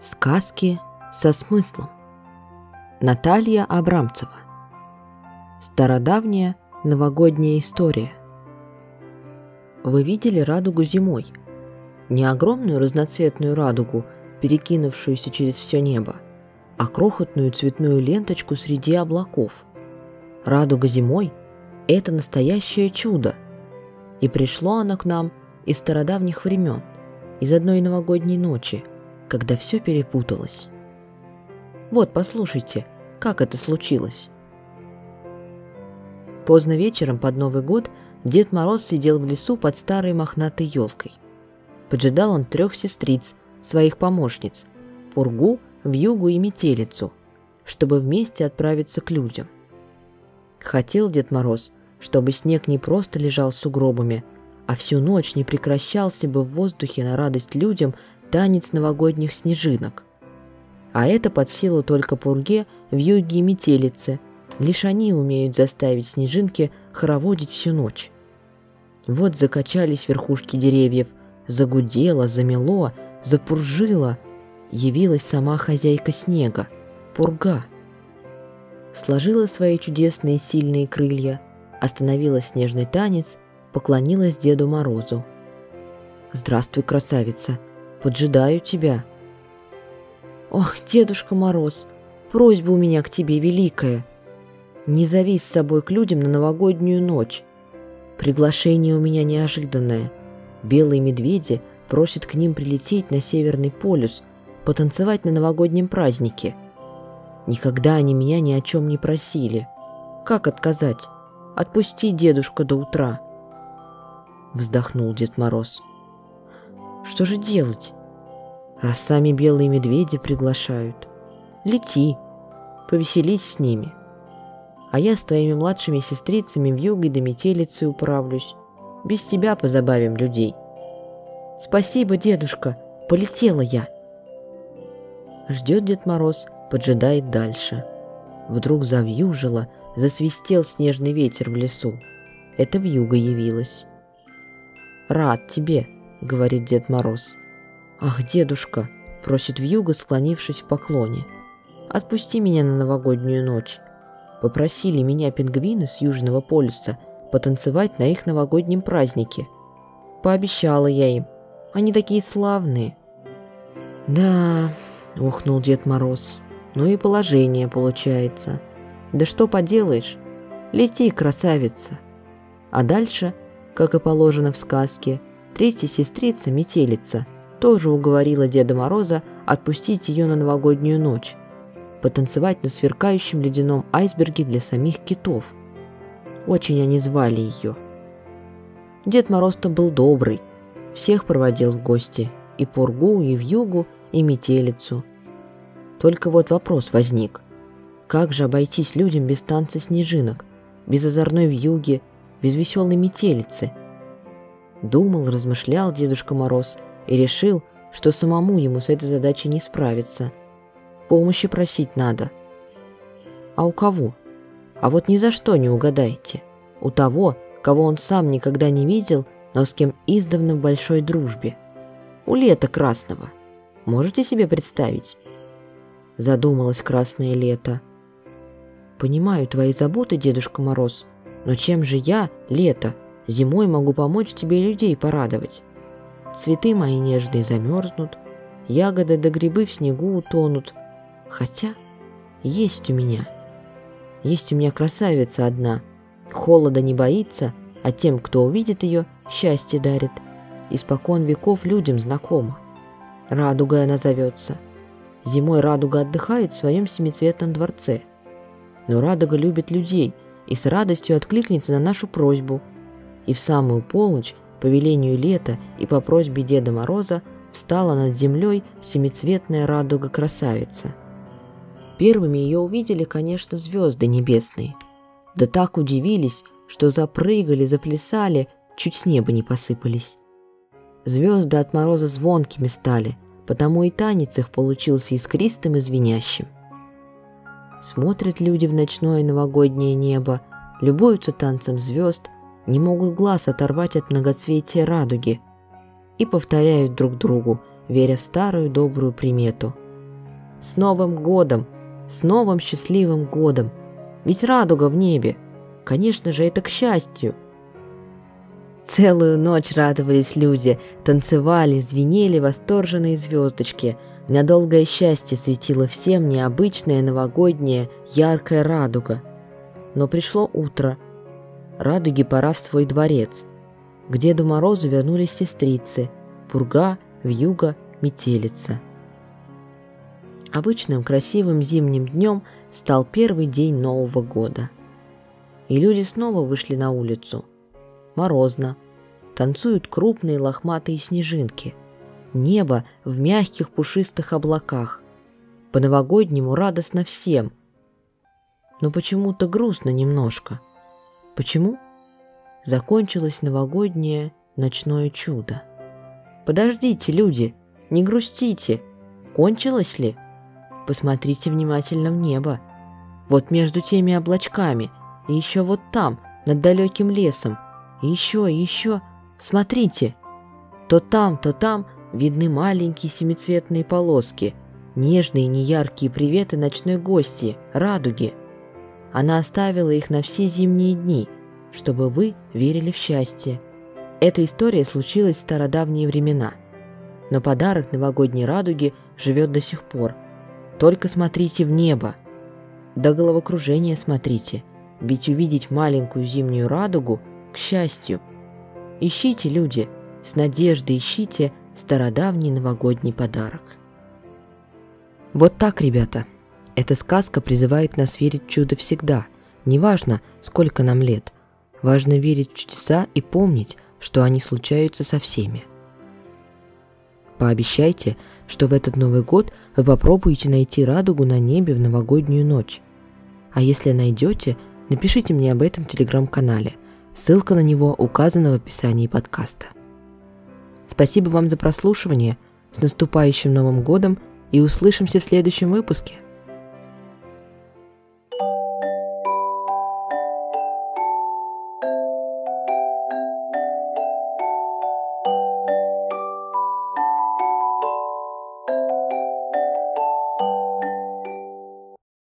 Сказки со смыслом. Наталья Абрамцева. Стародавняя новогодняя история. Вы видели радугу зимой? Не огромную разноцветную радугу, перекинувшуюся через все небо, а крохотную цветную ленточку среди облаков. Радуга зимой – это настоящее чудо. И пришло оно к нам из стародавних времен, из одной новогодней ночи, когда все перепуталось. Вот, послушайте, как это случилось. Поздно вечером под Новый год Дед Мороз сидел в лесу под старой мохнатой елкой. Поджидал он 3 сестриц, своих помощниц, Пургу, Вьюгу и Метелицу, чтобы вместе отправиться к людям. Хотел Дед Мороз, чтобы снег не просто лежал сугробами, а всю ночь не прекращался бы в воздухе на радость людям танец новогодних снежинок. А это под силу только Пурге, Вьюге и Метелице. Лишь они умеют заставить снежинки хороводить всю ночь. Вот закачались верхушки деревьев, загудело, замело, запуржило. Явилась сама хозяйка снега, Пурга. Сложила свои чудесные сильные крылья, остановила снежный танец, поклонилась Деду Морозу. «Здравствуй, красавица! Поджидаю тебя». «Ох, Дедушка Мороз, просьба у меня к тебе великая. Не зови с собой к людям на новогоднюю ночь. Приглашение у меня неожиданное. Белые медведи просят к ним прилететь на Северный полюс, потанцевать на новогоднем празднике. Никогда они меня ни о чем не просили. Как отказать? Отпусти, дедушка, до утра». Вздохнул Дед Мороз. «Что же делать, раз сами белые медведи приглашают? Лети, повеселись с ними. А я с твоими младшими сестрицами Вьюгой да Метелицей управлюсь. Без тебя позабавим людей». «Спасибо, дедушка, полетела я». Ждет Дед Мороз, поджидает дальше. Вдруг завьюжило, засвистел снежный ветер в лесу. Это Вьюга явилась. «Рад тебе», — говорит Дед Мороз. «Ах, дедушка», — просит Вьюга, склонившись в поклоне, — «отпусти меня на новогоднюю ночь. Попросили меня пингвины с Южного полюса потанцевать на их новогоднем празднике. Пообещала я им. Они такие славные». «Да», — охнул Дед Мороз, — «ну и положение получается. Да что поделаешь? Лети, красавица». А дальше, как и положено в сказке, 3-я сестрица Метелица тоже уговорила Деда Мороза отпустить ее на новогоднюю ночь, потанцевать на сверкающем ледяном айсберге для самих китов. Очень они звали ее. Дед Мороз-то был добрый, всех проводил в гости, и Пургу, и Вьюгу, и Метелицу. Только вот вопрос возник: как же обойтись людям без танца снежинок, без озорной Вьюги, без веселой Метелицы? Думал, размышлял Дедушка Мороз и решил, что самому ему с этой задачей не справиться. Помощи просить надо. А у кого? А вот ни за что не угадаете. У того, кого он сам никогда не видел, но с кем издавна в большой дружбе. У Лета Красного. Можете себе представить? Задумалось Красное Лето. «Понимаю твои заботы, Дедушка Мороз, но чем же я, Лето, зимой могу помочь тебе людей порадовать? Цветы мои нежные замерзнут, ягоды да грибы в снегу утонут. Хотя есть у меня красавица одна, холода не боится, а тем, кто увидит ее, счастье дарит. Испокон веков людям знакома. Радугой она зовется. Зимой радуга отдыхает в своем семицветном дворце. Но радуга любит людей и с радостью откликнется на нашу просьбу. И в самую полночь, по велению Лета и по просьбе Деда Мороза, встала над землей семицветная радуга-красавица. Первыми ее увидели, конечно, звезды небесные. Да так удивились, что запрыгали, заплясали, чуть с неба не посыпались. Звезды от мороза звонкими стали, потому и танец их получился искристым и звенящим. Смотрят люди в ночное новогоднее небо, любуются танцем звезд, не могут глаз оторвать от многоцветия радуги и повторяют друг другу, веря в старую добрую примету: С Новым годом! С новым счастливым годом! Ведь радуга в небе! Конечно же, это к счастью!» Целую ночь радовались люди, танцевали, звенели восторженные звездочки. На долгое счастье светила всем необычная новогодняя яркая радуга. Но пришло утро. Радуге пора в свой дворец. К Деду Морозу вернулись сестрицы Пурга, Вьюга, Метелица. Обычным красивым зимним днем стал первый день Нового года. И люди снова вышли на улицу. Морозно. Танцуют крупные лохматые снежинки. Небо в мягких пушистых облаках. По-новогоднему радостно всем. Но почему-то грустно немножко. Почему? Закончилось новогоднее ночное чудо. Подождите, люди, не грустите. Кончилось ли? Посмотрите внимательно в небо. Вот между теми облачками, и еще вот там, над далеким лесом, и еще, смотрите. То там видны маленькие семицветные полоски, нежные неяркие приветы ночной гости, радуги. Она оставила их на все зимние дни, чтобы вы верили в счастье. Эта история случилась в стародавние времена. Но подарок новогодней радуги живет до сих пор. Только смотрите в небо. До головокружения смотрите, ведь увидеть маленькую зимнюю радугу к счастью. Ищите, люди, с надеждой ищите стародавний новогодний подарок. Вот так, ребята. Эта сказка призывает нас верить в чудо всегда. Неважно, сколько нам лет. Важно верить в чудеса и помнить, что они случаются со всеми. Пообещайте, что в этот Новый год вы попробуете найти радугу на небе в новогоднюю ночь. А если найдете, напишите мне об этом в телеграм-канале. Ссылка на него указана в описании подкаста. Спасибо вам за прослушивание. С наступающим Новым годом и услышимся в следующем выпуске.